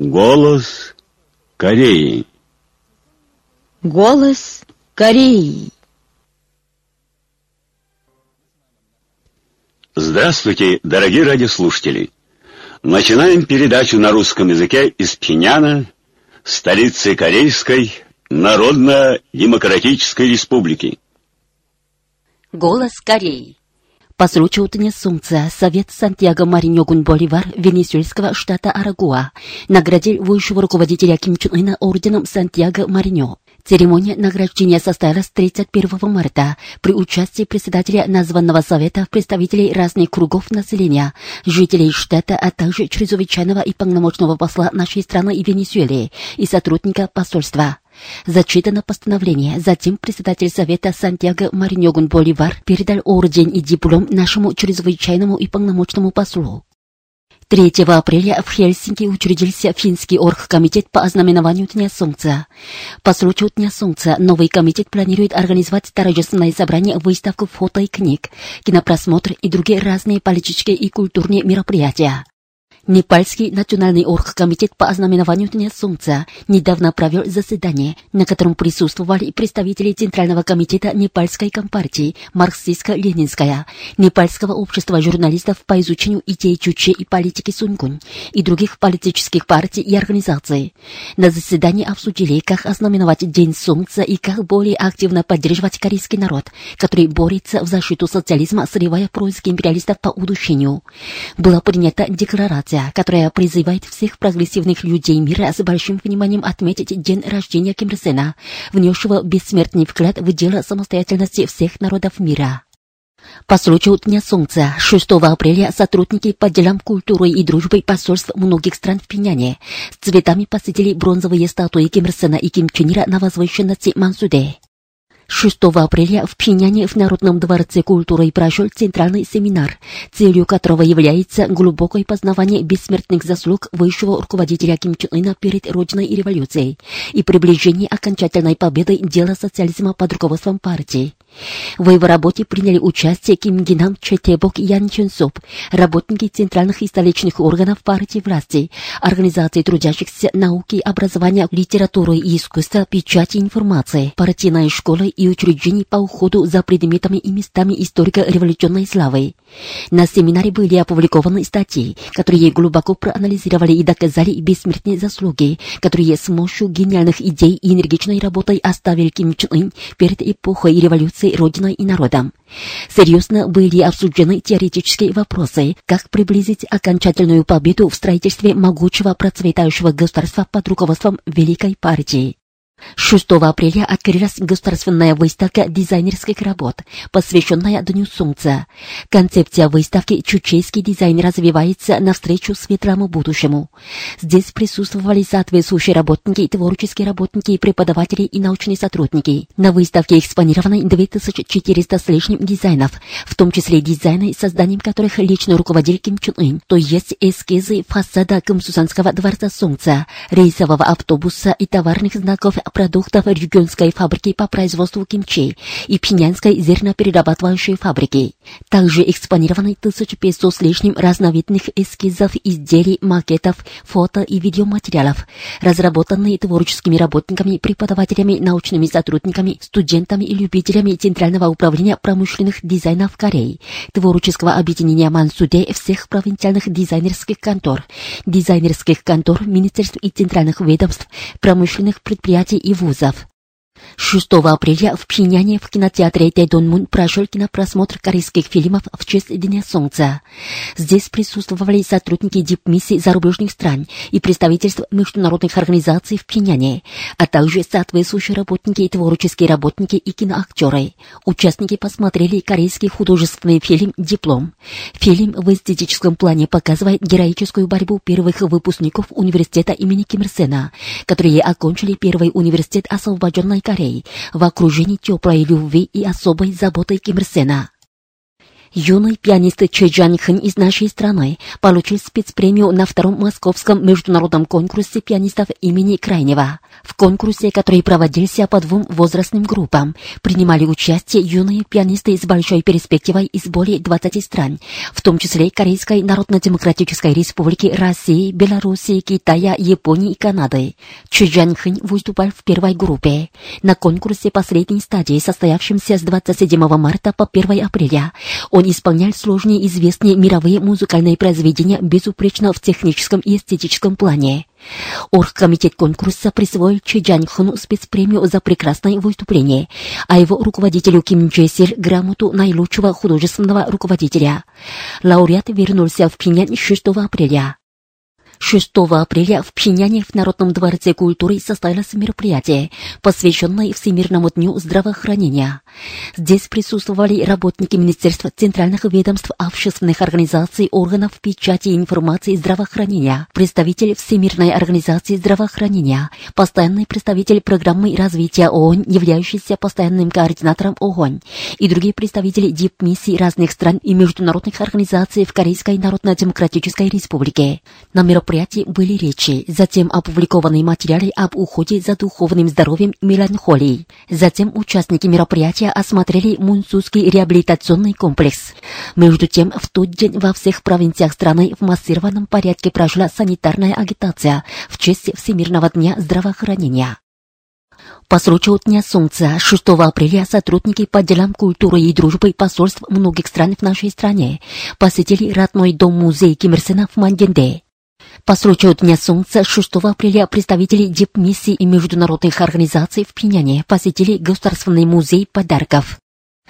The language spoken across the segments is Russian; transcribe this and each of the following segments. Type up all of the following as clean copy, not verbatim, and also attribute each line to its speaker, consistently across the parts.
Speaker 1: Голос Кореи.
Speaker 2: Голос Кореи.
Speaker 1: Здравствуйте, дорогие радиослушатели! Начинаем передачу на русском языке из Пхеньяна, столицы Корейской Народно-Демократической Республики.
Speaker 2: Голос Кореи. По случаю Дня Солнца Совет Сантьяго-Мариньо Боливар Венесуэльского штата Арагуа наградил высшего руководителя Ким Чен Ына орденом Сантьяго-Мариньо. Церемония награждения состоялась 31 марта при участии председателя названного совета, представителей разных кругов населения, жителей штата, а также чрезвычайного и полномочного посла нашей страны и Венесуэлы и сотрудника посольства. Зачитано постановление. Затем председатель совета Сантьяго-Мариньо Боливар передал орден и диплом нашему чрезвычайному и полномочному послу. 3 апреля в Хельсинки учредился финский оргкомитет по ознаменованию Дня Солнца. По случаю Дня Солнца новый комитет планирует организовать торжественное собрание, выставку фото и книг, кинопросмотр и другие разные политические и культурные мероприятия. Непальский национальный оргкомитет по ознаменованию Дня Солнца недавно провел заседание, на котором присутствовали представители Центрального комитета Непальской компартии, Марксистско-Ленинская, Непальского общества журналистов по изучению идей Чуче и политики Суньгунь и других политических партий и организаций. На заседании обсудили, как ознаменовать День Солнца и как более активно поддерживать корейский народ, который борется в защиту социализма, срывая происки империалистов по удушению. Была принята декларация, которая призывает всех прогрессивных людей мира с большим вниманием отметить день рождения Ким Ир Сена, внесшего бессмертный вклад в дело самостоятельности всех народов мира. По случаю Дня Солнца 6 апреля сотрудники по делам культуры и дружбы посольств многих стран в Пхеньяне с цветами посетили бронзовые статуи Ким Ир Сена и Ким Чен Ира на возвышенности Мансуде. 6 апреля в Пхеньяне в Народном дворце культуры прошел центральный семинар, целью которого является глубокое познавание бессмертных заслуг высшего руководителя Ким Чен Ына перед Родиной и революцией и приближение окончательной победы дела социализма под руководством партии. В его работе приняли участие Ким Гинам, Чэ Тэбок и Ян Чон Соп, работники центральных и столичных органов партии власти, организаций трудящихся, науки, образования, литературы и искусства, печати и информации, партийной школы и учреждений по уходу за предметами и местами историко-революционной славы. На семинаре были опубликованы статьи, которые глубоко проанализировали и доказали бессмертные заслуги, которые с помощью гениальных идей и энергичной работой оставили Ким Чен Ын перед эпохой революции Родиной и народом. Серьезно были обсуждены теоретические вопросы, как приблизить окончательную победу в строительстве могучего процветающего государства под руководством Великой партии. 6 апреля открылась государственная выставка дизайнерских работ, посвященная Дню Солнца. Концепция выставки «Чучейский дизайн развивается навстречу светлому будущему». Здесь присутствовали соответствующие работники, творческие работники, преподаватели и научные сотрудники. На выставке экспонированы 2400 с лишним дизайнов, в том числе дизайны, созданием которых лично руководил Ким Чен Ын, то есть эскизы фасада Кымсусанского дворца Солнца, рейсового автобуса и товарных знаков продуктов регионской фабрики по производству кимчи и пхеньянской зерноперерабатывающей фабрики. Также экспонированы 1500 с лишним разновидных эскизов, изделий, макетов, фото и видеоматериалов, разработанные творческими работниками, преподавателями, научными сотрудниками, студентами и любителями Центрального управления промышленных дизайнов Кореи, творческого объединения Мансуде всех провинциальных дизайнерских контор, министерств и центральных ведомств, промышленных предприятий и вузов. 6 апреля в Пхеньяне в кинотеатре Тэдонмун прошел кинопросмотр корейских фильмов в честь Дня Солнца. Здесь присутствовали сотрудники дипмиссий зарубежных стран и представительств международных организаций в Пхеньяне, а также соответствующие работники, творческие работники и киноактеры. Участники посмотрели корейский художественный фильм «Диплом». Фильм в эстетическом плане показывает героическую борьбу первых выпускников университета имени Ким Ир Сена, которые окончили первый университет освобожденной Кореи в окружении теплой любви и особой заботы Ким Ир Сена. Юный пианист Чжэ Чжаньхэн из нашей страны получил спецпремию на втором московском международном конкурсе пианистов имени Крайнего. В конкурсе, который проводился по 2 возрастным группам, принимали участие юные пианисты с большой перспективой из более 20 стран, в том числе Корейской Народно-Демократической Республики, России, Белоруссии, Китая, Японии и Канады. Чжэ Чжаньхэн выступал в первой группе. На конкурсе последней стадии, состоявшемся с 27 марта по 1 апреля, он исполнял сложные известные мировые музыкальные произведения безупречно в техническом и эстетическом плане. Оргкомитет конкурса присвоил Чжэ Чжаньхэну спецпремию за прекрасное выступление, а его руководителю Ким Джесиль грамоту наилучшего художественного руководителя. Лауреат вернулся в Пхеньян 6 апреля. 6 апреля в Пхеньяне в Народном дворце культуры состоялось мероприятие, посвященное Всемирному дню здравоохранения. Здесь присутствовали работники Министерства центральных ведомств, общественных организаций, органов печати и информации здравоохранения, представитель Всемирной организации здравоохранения, постоянный представитель программы развития ООН, являющийся постоянным координатором ООН, и другие представители дипмиссий разных стран и международных организаций в Корейской Народно-Демократической Республике. На мероприятии были речи, затем опубликованы материалы об уходе за духовным здоровьем и меланхолией. Затем участники мероприятия осмотрели Мунсуский реабилитационный комплекс. Между тем, в тот день во всех провинциях страны в массированном порядке прошла санитарная агитация в честь Всемирного дня здравоохранения. По случаю Дня Солнца 6 апреля сотрудники по делам культуры и дружбы посольств многих стран в нашей стране посетили родной дом-музей Ким Ир Сена в Мангенде. По случаю Дня Солнца 6 апреля представители дипмиссий и международных организаций в Пхеньяне посетили Государственный музей подарков.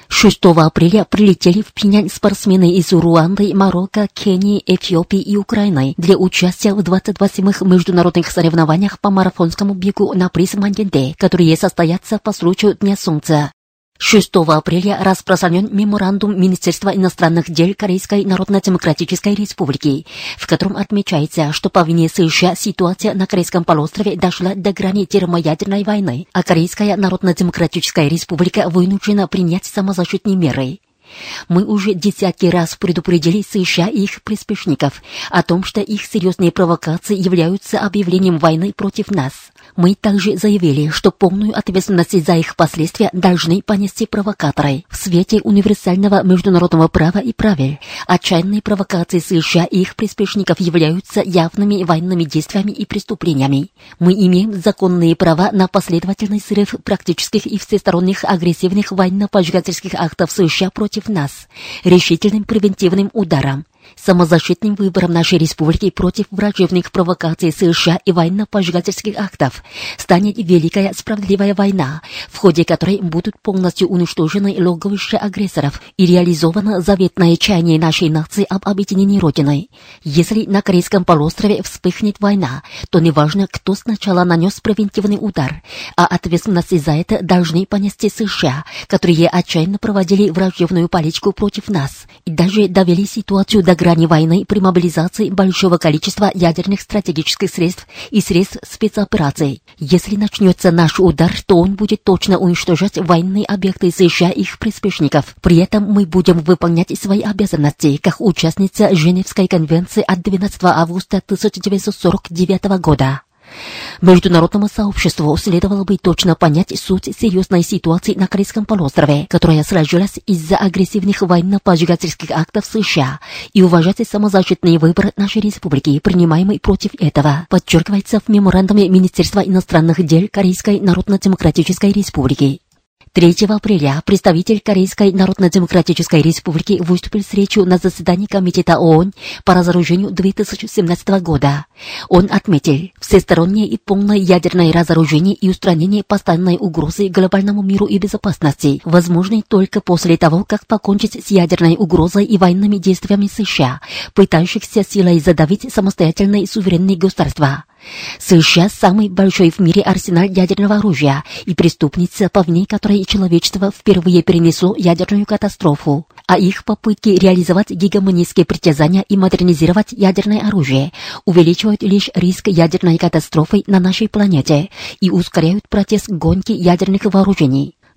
Speaker 2: 6 апреля прилетели в Пхеньян спортсмены из Руанды, Марокко, Кении, Эфиопии и Украины для участия в 28-х международных соревнованиях по марафонскому бегу на приз Мангенде, которые состоятся по случаю Дня Солнца. 6 апреля распространен меморандум Министерства иностранных дел Корейской Народно-Демократической Республики, в котором отмечается, что по вине США ситуация на Корейском полуострове дошла до грани термоядерной войны, а Корейская Народно-Демократическая Республика вынуждена принять самозащитные меры. Мы уже десятки раз предупредили США и их приспешников о том, что их серьезные провокации являются объявлением войны против нас. Мы также заявили, что полную ответственность за их последствия должны понести провокаторы. В свете универсального международного права и правил, отчаянные провокации США и их приспешников являются явными военными действиями и преступлениями. Мы имеем законные права на последовательный срыв практических и всесторонних агрессивных военно-поджигательских актов США против нас, решительным превентивным ударом, самозащитным выбором нашей республики против враждебных провокаций США и военно-поджигательских актов станет великая справедливая война, в ходе которой будут полностью уничтожены логовища агрессоров и реализовано заветное чаяние нашей нации об объединении Родины. Если на Корейском полуострове вспыхнет война, то неважно, кто сначала нанес превентивный удар, а ответственность за это должны понести США, которые отчаянно проводили враждебную политику против нас и даже довели ситуацию до грани войны при мобилизации большого количества ядерных стратегических средств и средств спецопераций. Если начнется наш удар, то он будет точно уничтожать военные объекты США и их приспешников. При этом мы будем выполнять свои обязанности как участница Женевской конвенции от 12 августа 1949 года. Международному сообществу следовало бы точно понять суть серьезной ситуации на Корейском полуострове, которая сложилась из-за агрессивных военно-поджигательских актов США, и уважать самозащитный выбор нашей республики, принимаемый против этого, подчеркивается в меморандуме Министерства иностранных дел Корейской Народно-Демократической Республики. 3 апреля представитель Корейской Народно-Демократической Республики выступил с речью на заседании Комитета ООН по разоружению 2017 года. Он отметил, всестороннее и полное ядерное разоружение и устранение постоянной угрозы глобальному миру и безопасности возможны только после того, как покончить с ядерной угрозой и военными действиями США, пытающихся силой задавить самостоятельные суверенные государства. США – самый большой в мире арсенал ядерного оружия и преступница, по вине которой человечество впервые перенесло ядерную катастрофу, а их попытки реализовать гегемонистские притязания и модернизировать ядерное оружие увеличивают лишь риск ядерной катастрофы на нашей планете и ускоряют процесс гонки ядерных вооружений.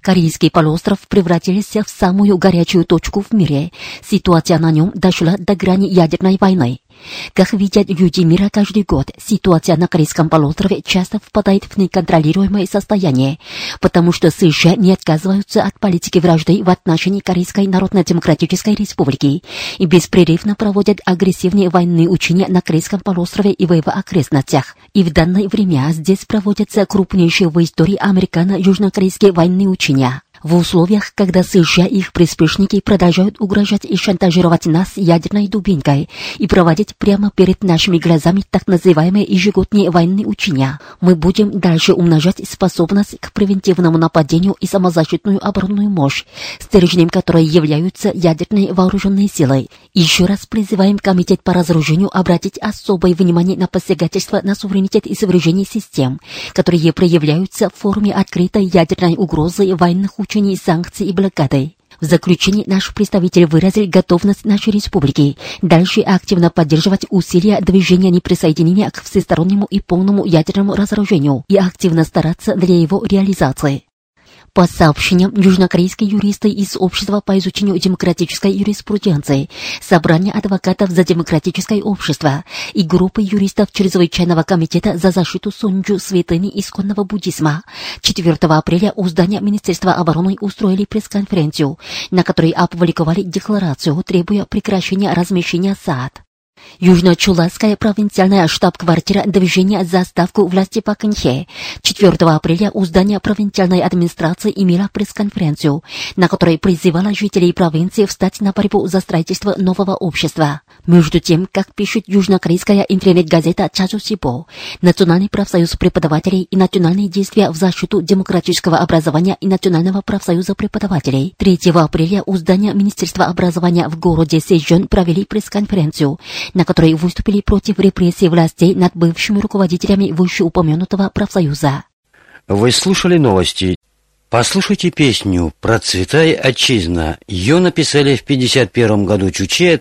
Speaker 2: Корейский полуостров превратился в самую горячую точку в мире. Ситуация на нем дошла до грани ядерной войны. Как видят люди мира каждый год, ситуация на Корейском полуострове часто впадает в неконтролируемое состояние, потому что США не отказываются от политики вражды в отношении Корейской Народно-Демократической Республики и беспрерывно проводят агрессивные военные учения на Корейском полуострове и в его окрестностях. И в данное время здесь проводятся крупнейшие в истории американо-южнокорейские военные учения. В условиях, когда США и их приспешники продолжают угрожать и шантажировать нас ядерной дубинкой и проводить прямо перед нашими глазами так называемые ежегодные военные учения, мы будем дальше умножать способность к превентивному нападению и самозащитную оборонную мощь, стержнем которой являются ядерные вооруженные силы. Еще раз призываем Комитет по разоружению обратить особое внимание на посягательства на суверенитет и совершение систем, которые проявляются в форме открытой ядерной угрозы военных учений, санкций и блокады. В заключении наш представитель выразил готовность нашей республики дальше активно поддерживать усилия движения неприсоединения к всестороннему и полному ядерному разоружению и активно стараться для его реализации. По сообщениям, южнокорейские юристы из Общества по изучению демократической юриспруденции, Собрания адвокатов за демократическое общество и группы юристов Чрезвычайного комитета за защиту Сонджу святыни исконного буддизма 4 апреля у здания Министерства обороны устроили пресс-конференцию, на которой опубликовали декларацию, требуя прекращения размещения САД. Южно-Чуласская провинциальная штаб-квартира движения за ставку власти по Кэнхе 4 апреля у здания провинциальной администрации имела пресс-конференцию, на которой призывала жителей провинции встать на борьбу за строительство нового общества. Между тем, как пишет южнокорейская интернет-газета Чажусибо, Национальный профсоюз преподавателей и национальные действия в защиту демократического образования и Национального профсоюза преподавателей 3 апреля у здания Министерства образования в городе Сэчжон провели пресс-конференцию, на которой выступили против репрессий властей над бывшими руководителями вышеупомянутого профсоюза.
Speaker 3: Вы слушали новости. Послушайте песню «Процветай, отчизна». Ее написали в 1951 году Чуче,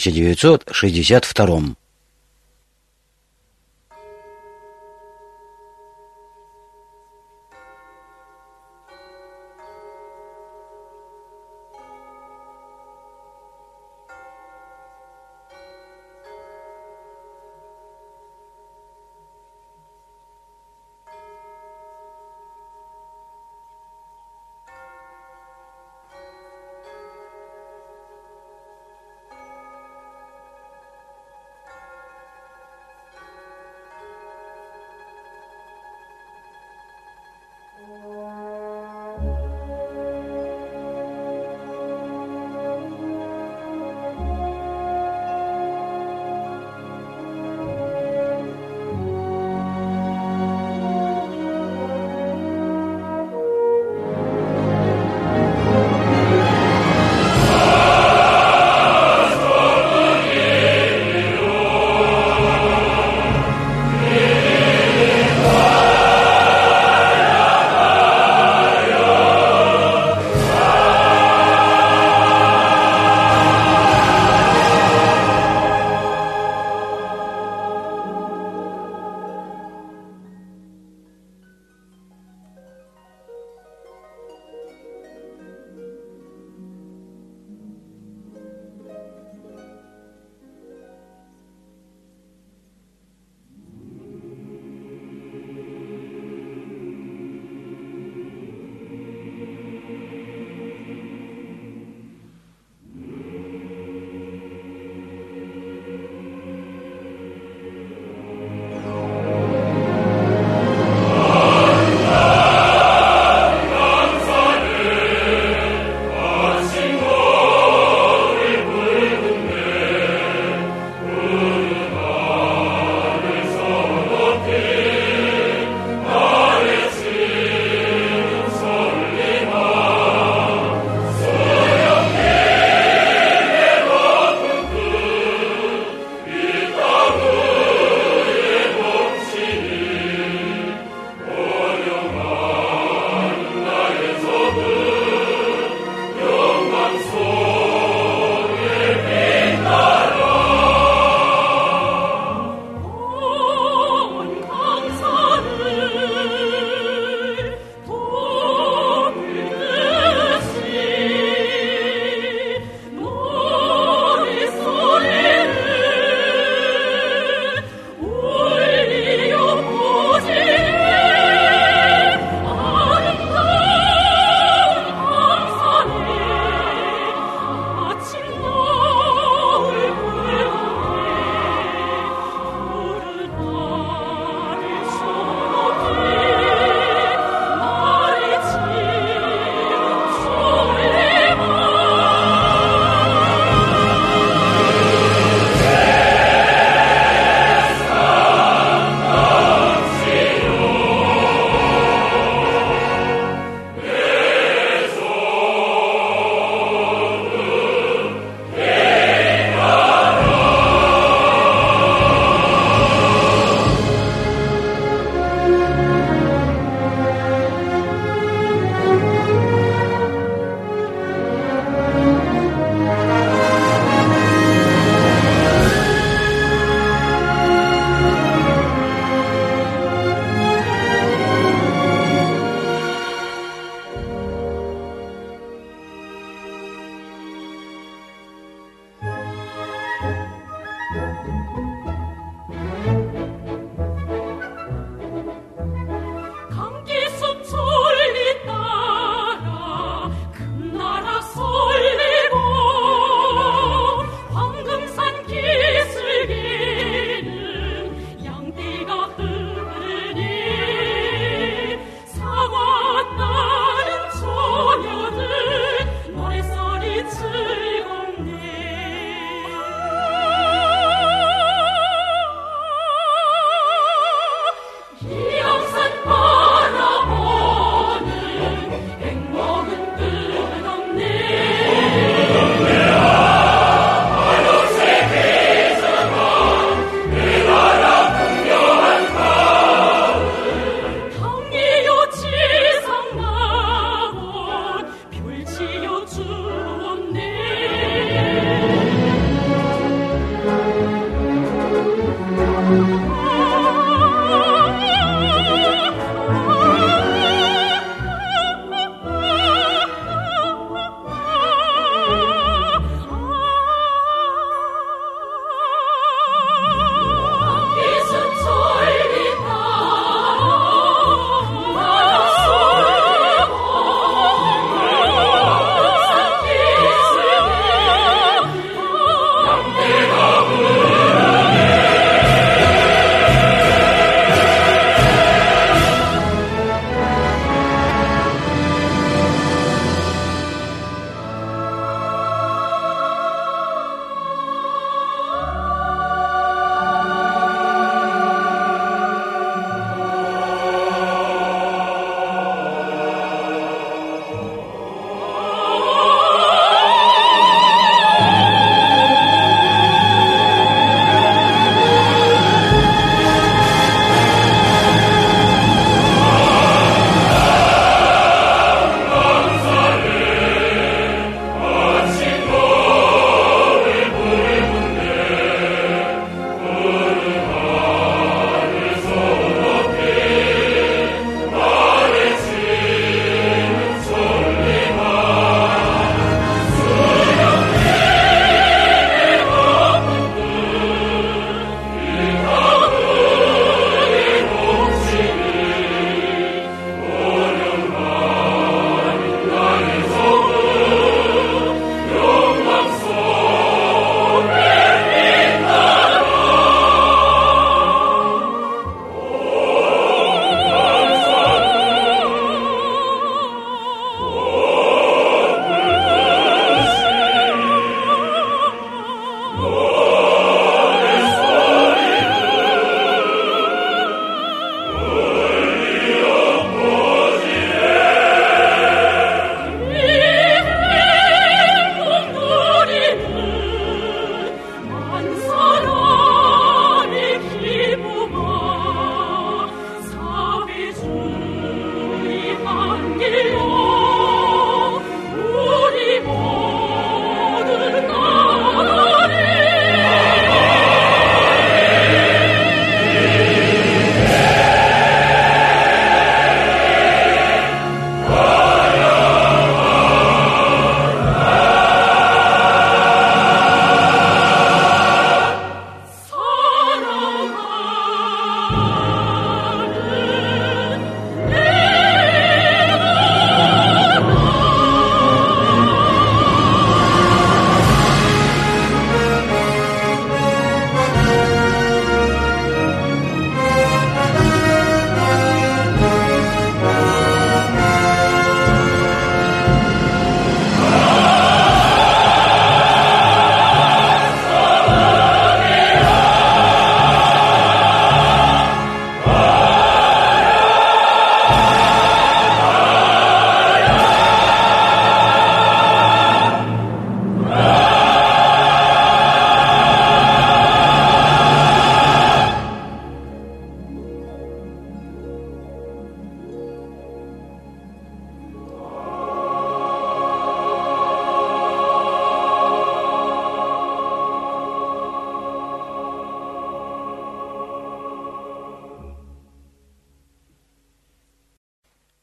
Speaker 3: 1962.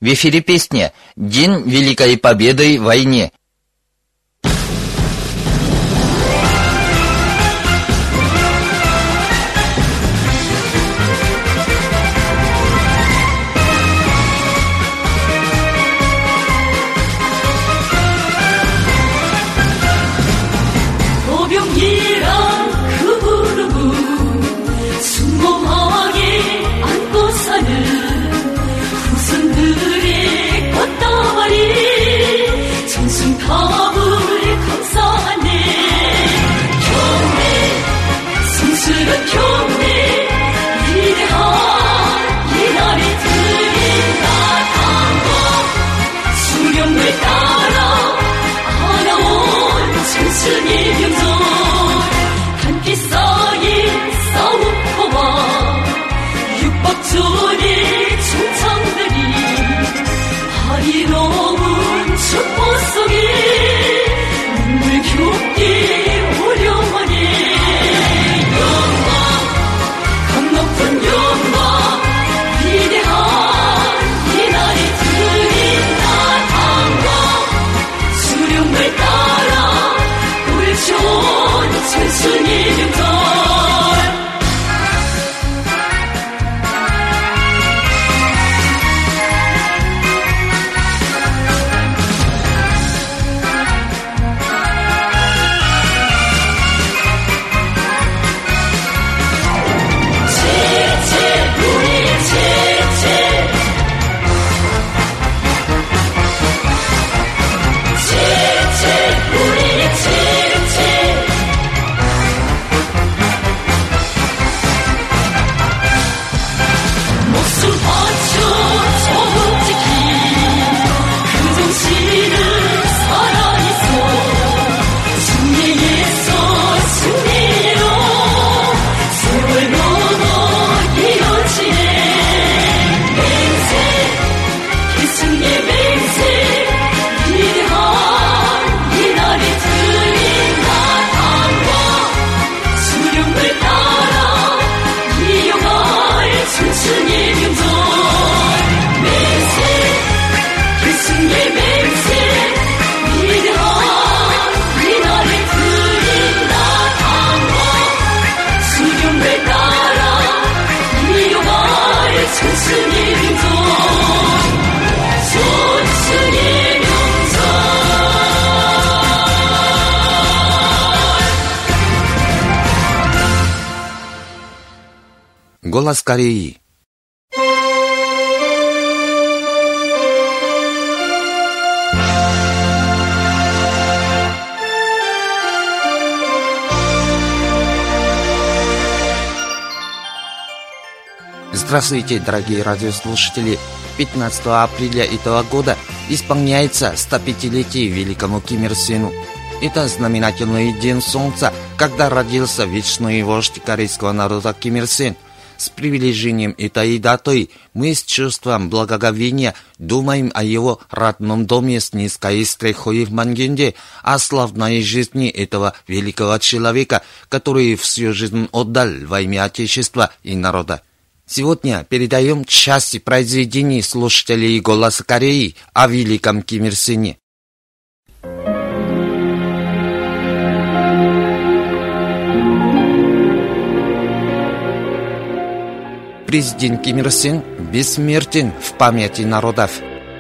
Speaker 4: В эфире песня «День Великой Победы в войне».
Speaker 5: Голос Кореи. Здравствуйте, дорогие радиослушатели! 15 апреля этого года исполняется 105-летие великому Ким Ир Сену. Это знаменательный день солнца, когда родился вечный вождь корейского народа Ким Ир Сен. С приближением этой даты мы с чувством благоговения думаем о его родном доме с низкой стрехой в Мангенде, о славной жизни этого великого человека, который всю жизнь отдал во имя Отечества и народа. Сегодня передаем части произведений слушателей «Голоса Кореи» о великом Ким Ир Сене. Президент Ким Ир Сен бессмертен в памяти народов.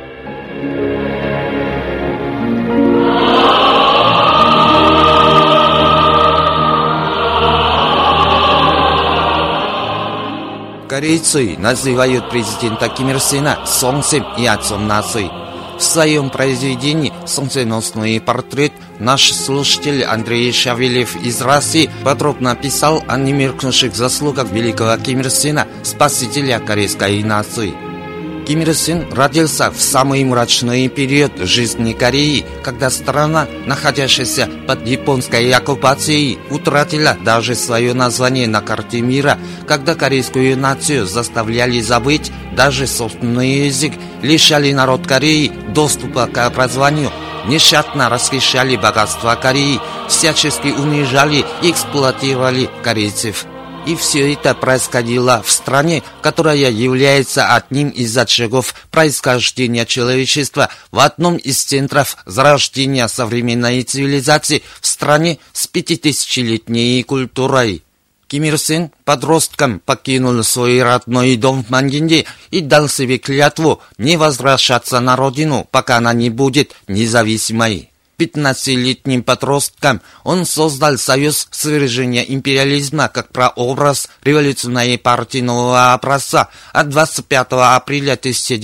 Speaker 5: Корейцы называют президента Ким Ир Сена солнцем и отцом нации. В своем произведении «Солнценосный портрет» наш слушатель Андрей Шавелев из России подробно описал о немеркнувших заслугах великого Ким Ир Сена, спасителя корейской нации. Ким Ир Сен родился в самый мрачный период жизни Кореи, когда страна, находящаяся под японской оккупацией, утратила даже свое название на карте мира, когда корейскую нацию заставляли забыть даже собственный язык, лишали народ Кореи доступа к образованию, нещадно расхищали богатства Кореи, всячески унижали и эксплуатировали корейцев. И все это происходило в стране, которая является одним из очагов происхождения человечества, в одном из центров зарождения современной цивилизации, в стране с 5000-летней культурой. Ким Ир Сен подростком покинул свой родной дом в Мангинде и дал себе клятву не возвращаться на родину, пока она не будет независимой. 15-летним подростком он создал союз свержения империализма как прообраз революционной партии нового образца, а 25 апреля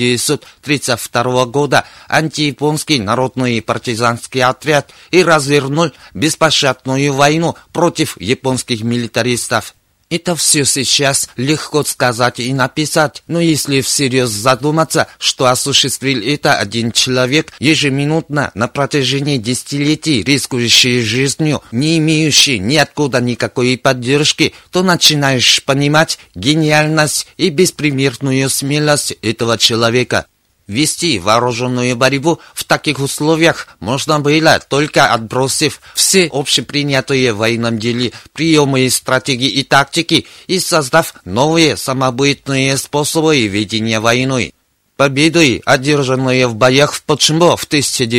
Speaker 5: 1932 года антияпонский народный партизанский отряд и развернул беспощадную войну против японских милитаристов. Это все сейчас легко сказать и написать, но если всерьез задуматься, что осуществил это один человек, ежеминутно на протяжении десятилетий рискующий жизнью, не имеющий ниоткуда никакой поддержки, то начинаешь понимать гениальность и беспримерную смелость этого человека. Вести вооруженную борьбу в таких условиях можно было, только отбросив все общепринятые в военном деле приемы, стратегии и тактики и создав новые самобытные способы ведения войны. Победы, одержанные в боях в Починбо в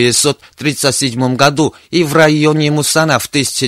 Speaker 5: 1937 году и в районе Мусана в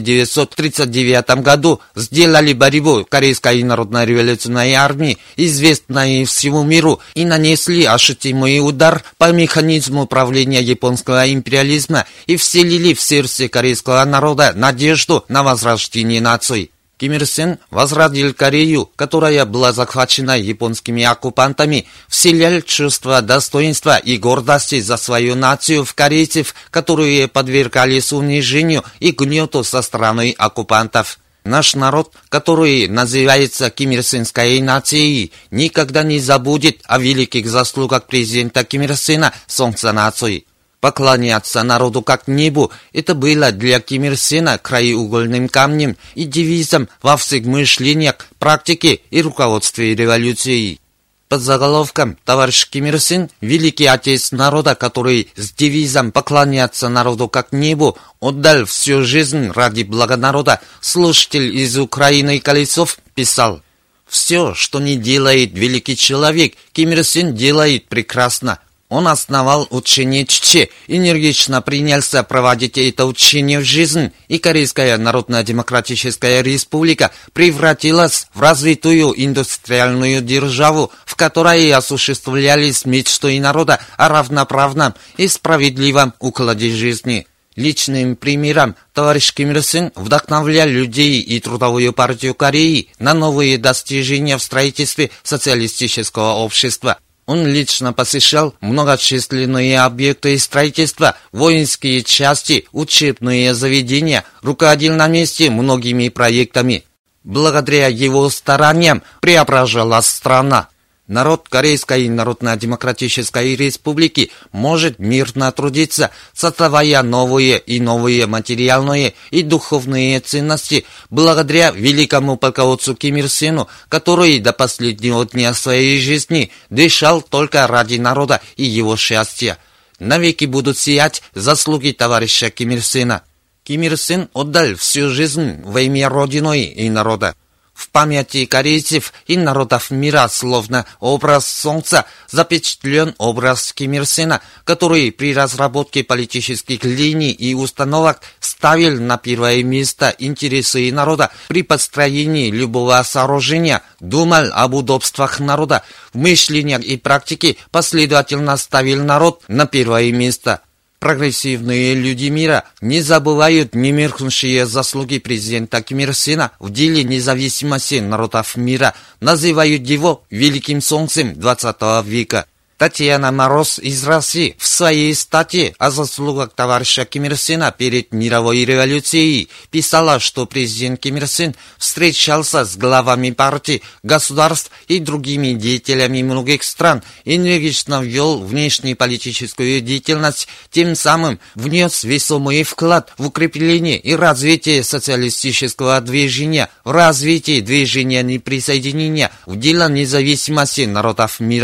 Speaker 5: 1939 году, сделали борьбу Корейской народно-революционной армии известной всему миру и нанесли ощутимый удар по механизму управления японского империализма и вселили в сердце корейского народа надежду на возрождение нации. Ким Ир Сен возродил Корею, которая была захвачена японскими оккупантами, вселял чувство достоинства и гордости за свою нацию в корейцев, которые подвергались унижению и гнету со стороны оккупантов. Наш народ, который называется Ким Ир Сенской нацией, никогда не забудет о великих заслугах президента Ким Ир Сена, солнца нации. Поклоняться народу как небу – это было для Ким Ир Сена краеугольным камнем и девизом во всех мышлениях, практике и руководстве революцией. Под заголовком «Товарищ Ким Ир Сен – великий отец народа, который с девизом поклоняться народу как небу отдал всю жизнь ради блага народа», слушатель из Украины Колесов писал: «Все, что не делает великий человек, Ким Ир Сен делает прекрасно. Он основал учение Чуче, энергично принялся проводить это учение в жизнь, и Корейская Народно-Демократическая Республика превратилась в развитую индустриальную державу, в которой осуществлялись мечты народа о равноправном и справедливом укладе жизни». Личным примером товарищ Ким Ир Сен вдохновлял людей и Трудовую партию Кореи на новые достижения в строительстве социалистического общества. Он лично посещал многочисленные объекты строительства, воинские части, учебные заведения, руководил на месте многими проектами. Благодаря его стараниям преображалась страна. Народ Корейской Народно-Демократической Республики может мирно трудиться, создавая новые и новые материальные и духовные ценности, благодаря великому полководцу Ким Ир Сену, который до последнего дня своей жизни дышал только ради народа и его счастья. Навеки будут сиять заслуги товарища Ким Ир Сена. Ким Ир Сен отдал всю жизнь во имя Родины и народа. В памяти корейцев и народов мира, словно образ солнца, запечатлен образ Ким Ир Сена, который при разработке политических линий и установок ставил на первое место интересы народа, при построении любого сооружения думал об удобствах народа, в мышлениях и практике последовательно ставил народ на первое место. Прогрессивные люди мира не забывают немеркнущие заслуги президента Ким Ир Сена в деле независимости народов мира, называют его великим солнцем 20 века. Татьяна Мороз из России в своей статье о заслугах товарища Ким Ир Сена перед мировой революцией писала, что президент Ким Ир Сен встречался с главами партий, государств и другими деятелями многих стран, энергично ввел внешнеполитическую деятельность, тем самым внес весомый вклад в укрепление и развитие социалистического движения, в развитие движения неприсоединения, в дело независимости народов мира.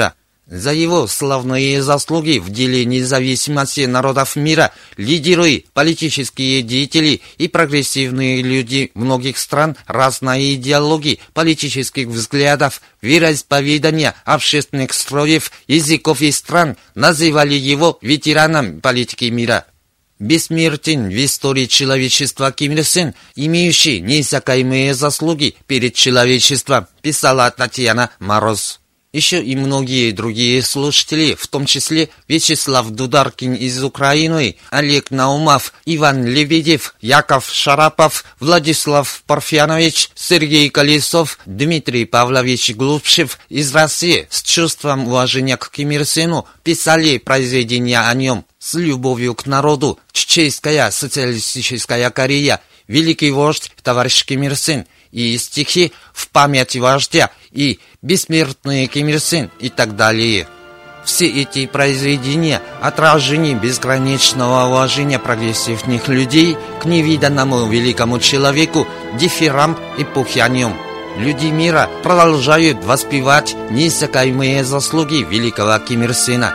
Speaker 5: За его славные заслуги в деле независимости народов мира лидеры, политические деятели и прогрессивные люди многих стран разной идеологии, политических взглядов, вероисповедания, общественных строев, языков и стран называли его ветераном политики мира. Бессмертен в истории человечества Ким Ир Сен, имеющий неиссякаемые заслуги перед человечеством, писала Татьяна Мороз. Еще и многие другие слушатели, в том числе Вячеслав Дударкин из Украины, Олег Наумов, Иван Лебедев, Яков Шарапов, Владислав Парфянович, Сергей Колесов, Дмитрий Павлович Глубшев из России с чувством уважения к Ким Ир Сену писали произведения о нем с любовью к народу. Чеченская социалистическая Корея, великий вождь товарищ Ким Ир Сен и стихи в память вождя и бессмертный Ким Ир Сен и так далее. Все эти произведения – отражение безграничного уважения прогрессивных людей к невиданному великому человеку, дифферам эпохи о нем. Люди мира продолжают воспевать неиссякаемые заслуги великого Ким Ир Сена.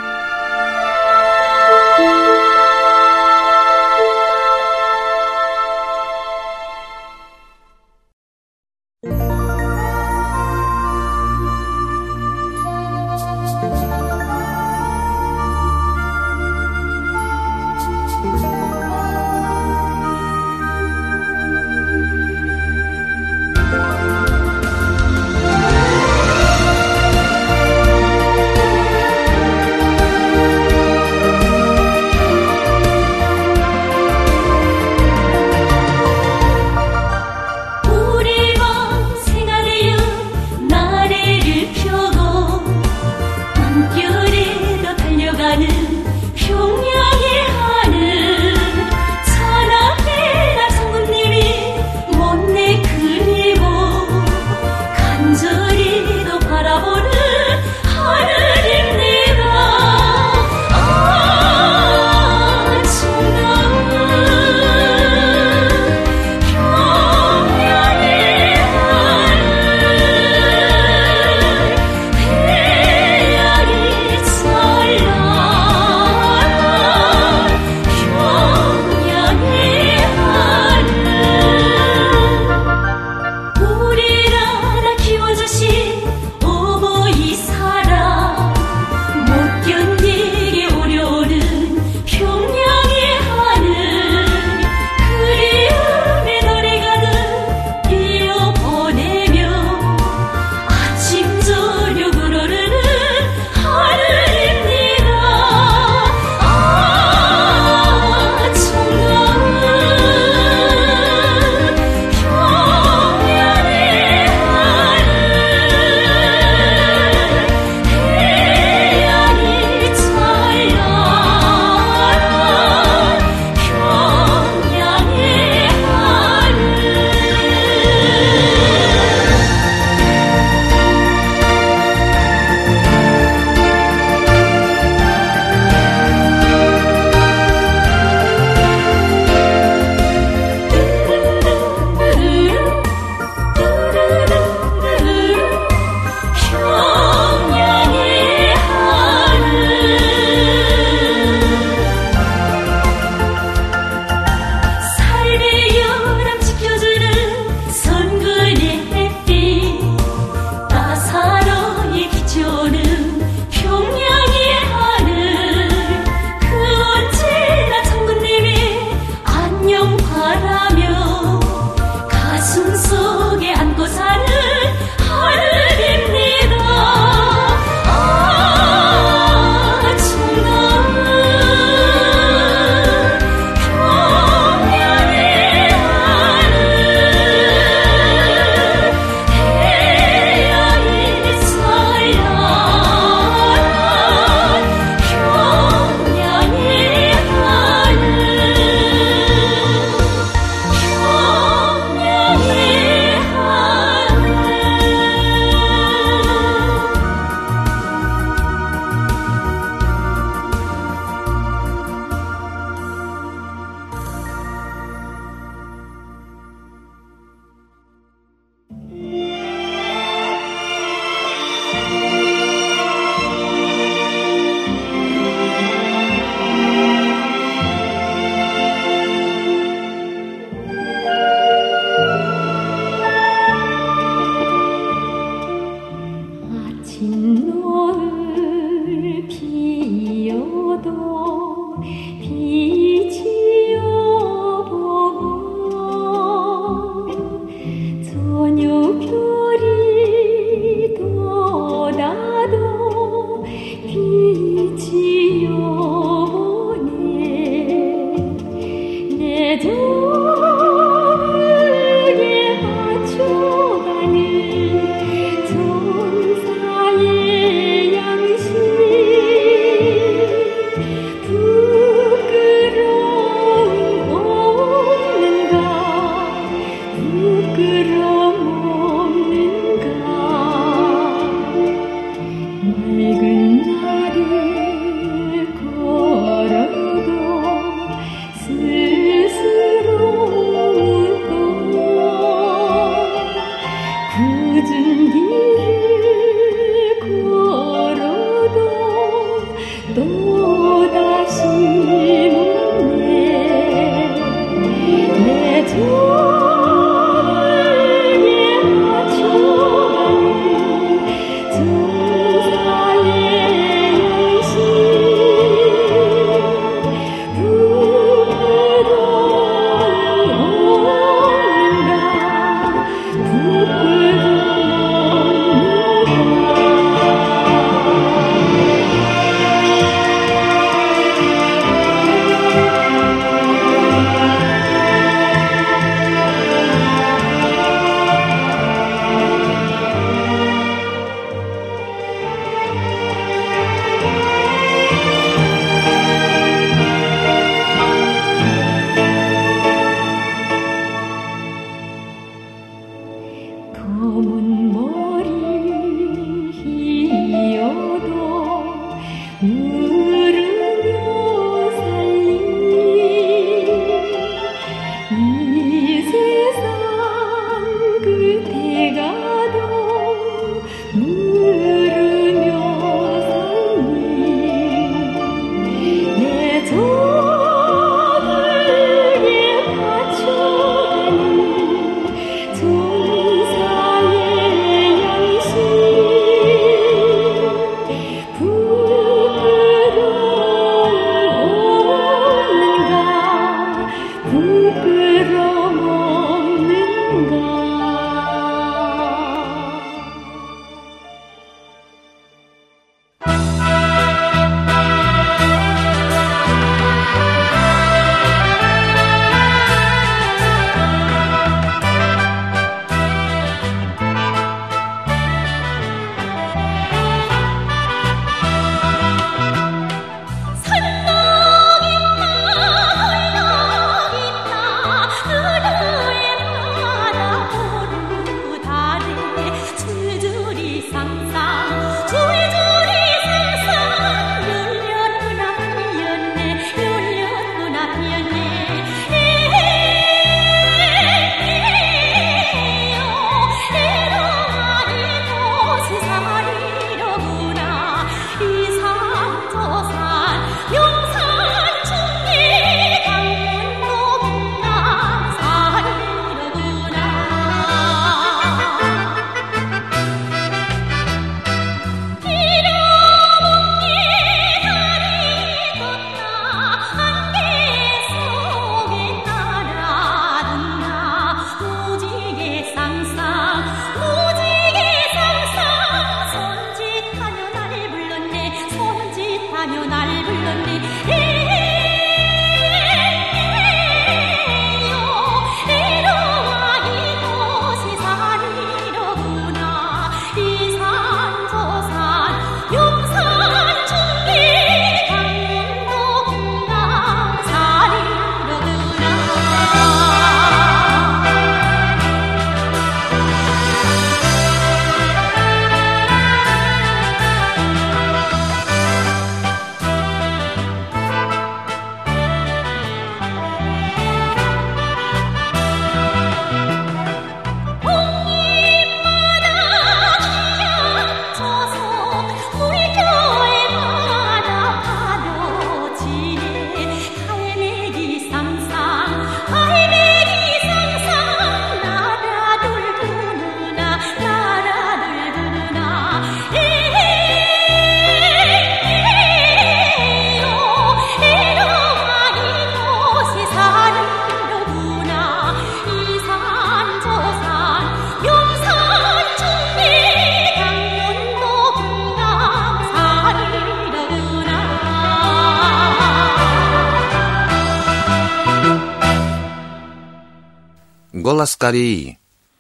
Speaker 5: Голос Кореи.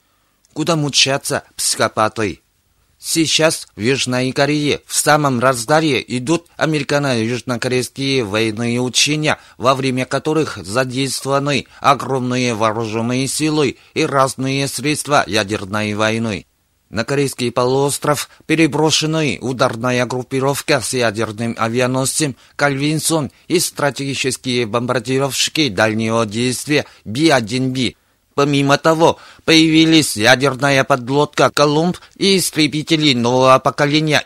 Speaker 5: Куда мучатся психопаты? Сейчас в Южной Корее в самом разгаре идут американо-южнокорейские военные учения, во время которых задействованы огромные вооруженные силы и разные средства ядерной войны. На Корейский полуостров переброшены ударная группировка с ядерным авианосцем «Кальвинсон» и стратегические бомбардировщики дальнего действия Би-1Би. Помимо того, появились ядерная подлодка «Колумб» и истребители нового поколения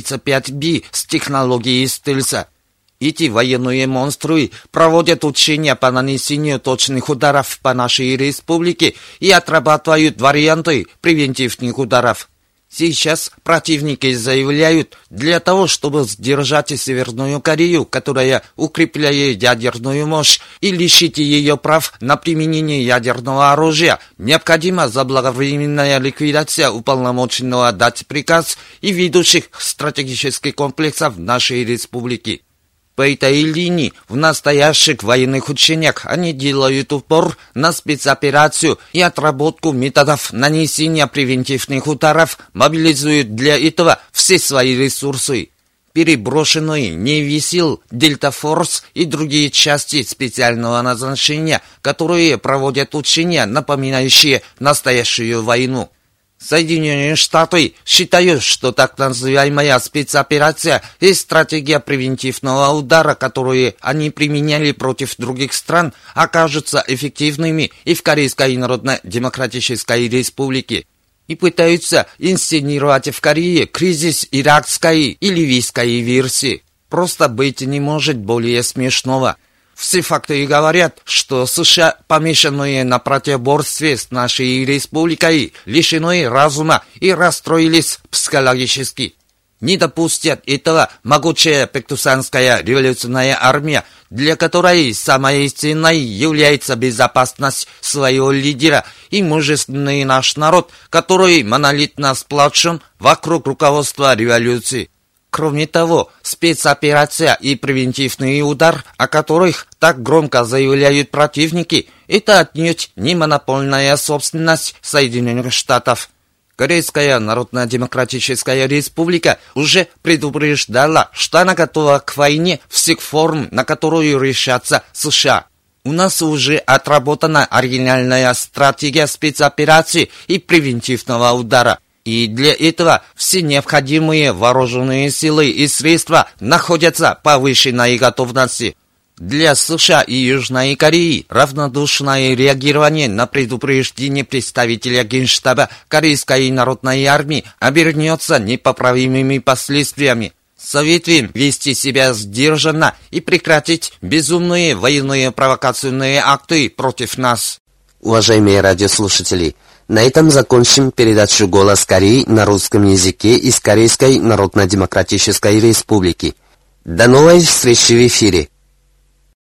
Speaker 5: F-35B с технологией стелса. Эти военные монстры проводят учения по нанесению точных ударов по нашей республике и отрабатывают варианты превентивных ударов. Сейчас противники заявляют, для того, чтобы сдержать Северную Корею, которая укрепляет ядерную мощь, и лишить ее прав на применение ядерного оружия, необходима заблаговременная ликвидация уполномоченного дать приказ и ведущих стратегических комплексов нашей республики. По этой линии в настоящих военных учениях они делают упор на спецоперацию и отработку методов нанесения превентивных ударов, мобилизуют для этого все свои ресурсы. Переброшенные Navy сил, Delta Force и другие части специального назначения, которые проводят учения, напоминающие настоящую войну. Соединенные Штаты считают, что так называемая спецоперация и стратегия превентивного удара, которые они применяли против других стран, окажутся эффективными и в Корейской Народно-Демократической Республике. И пытаются инсценировать в Корее кризис иракской и ливийской версии. Просто быть не может более смешного. Все факты говорят, что США, помешанные на противоборстве с нашей республикой, лишены разума и расстроились психологически. Не допустят этого могучая Пектусанская революционная армия, для которой самой ценной является безопасность своего лидера и мужественный наш народ, который монолитно сплочен вокруг руководства революции. Кроме того, спецоперация и превентивный удар, о которых так громко заявляют противники, это отнюдь не монопольная собственность Соединенных Штатов. Корейская Народно-Демократическая Республика уже предупреждала, что она готова к войне всех форм, на которую решатся США. У нас уже отработана оригинальная стратегия спецоперации и превентивного удара. И для этого все необходимые вооруженные силы и средства находятся в повышенной готовности. Для США и Южной Кореи равнодушное реагирование на предупреждение представителя Генштаба Корейской народной армии обернется непоправимыми последствиями. Советуем вести себя сдержанно и прекратить безумные военные провокационные акты против нас.
Speaker 6: Уважаемые радиослушатели, на этом закончим передачу «Голос Кореи» на русском языке из Корейской Народно-Демократической Республики. До новой встречи в эфире!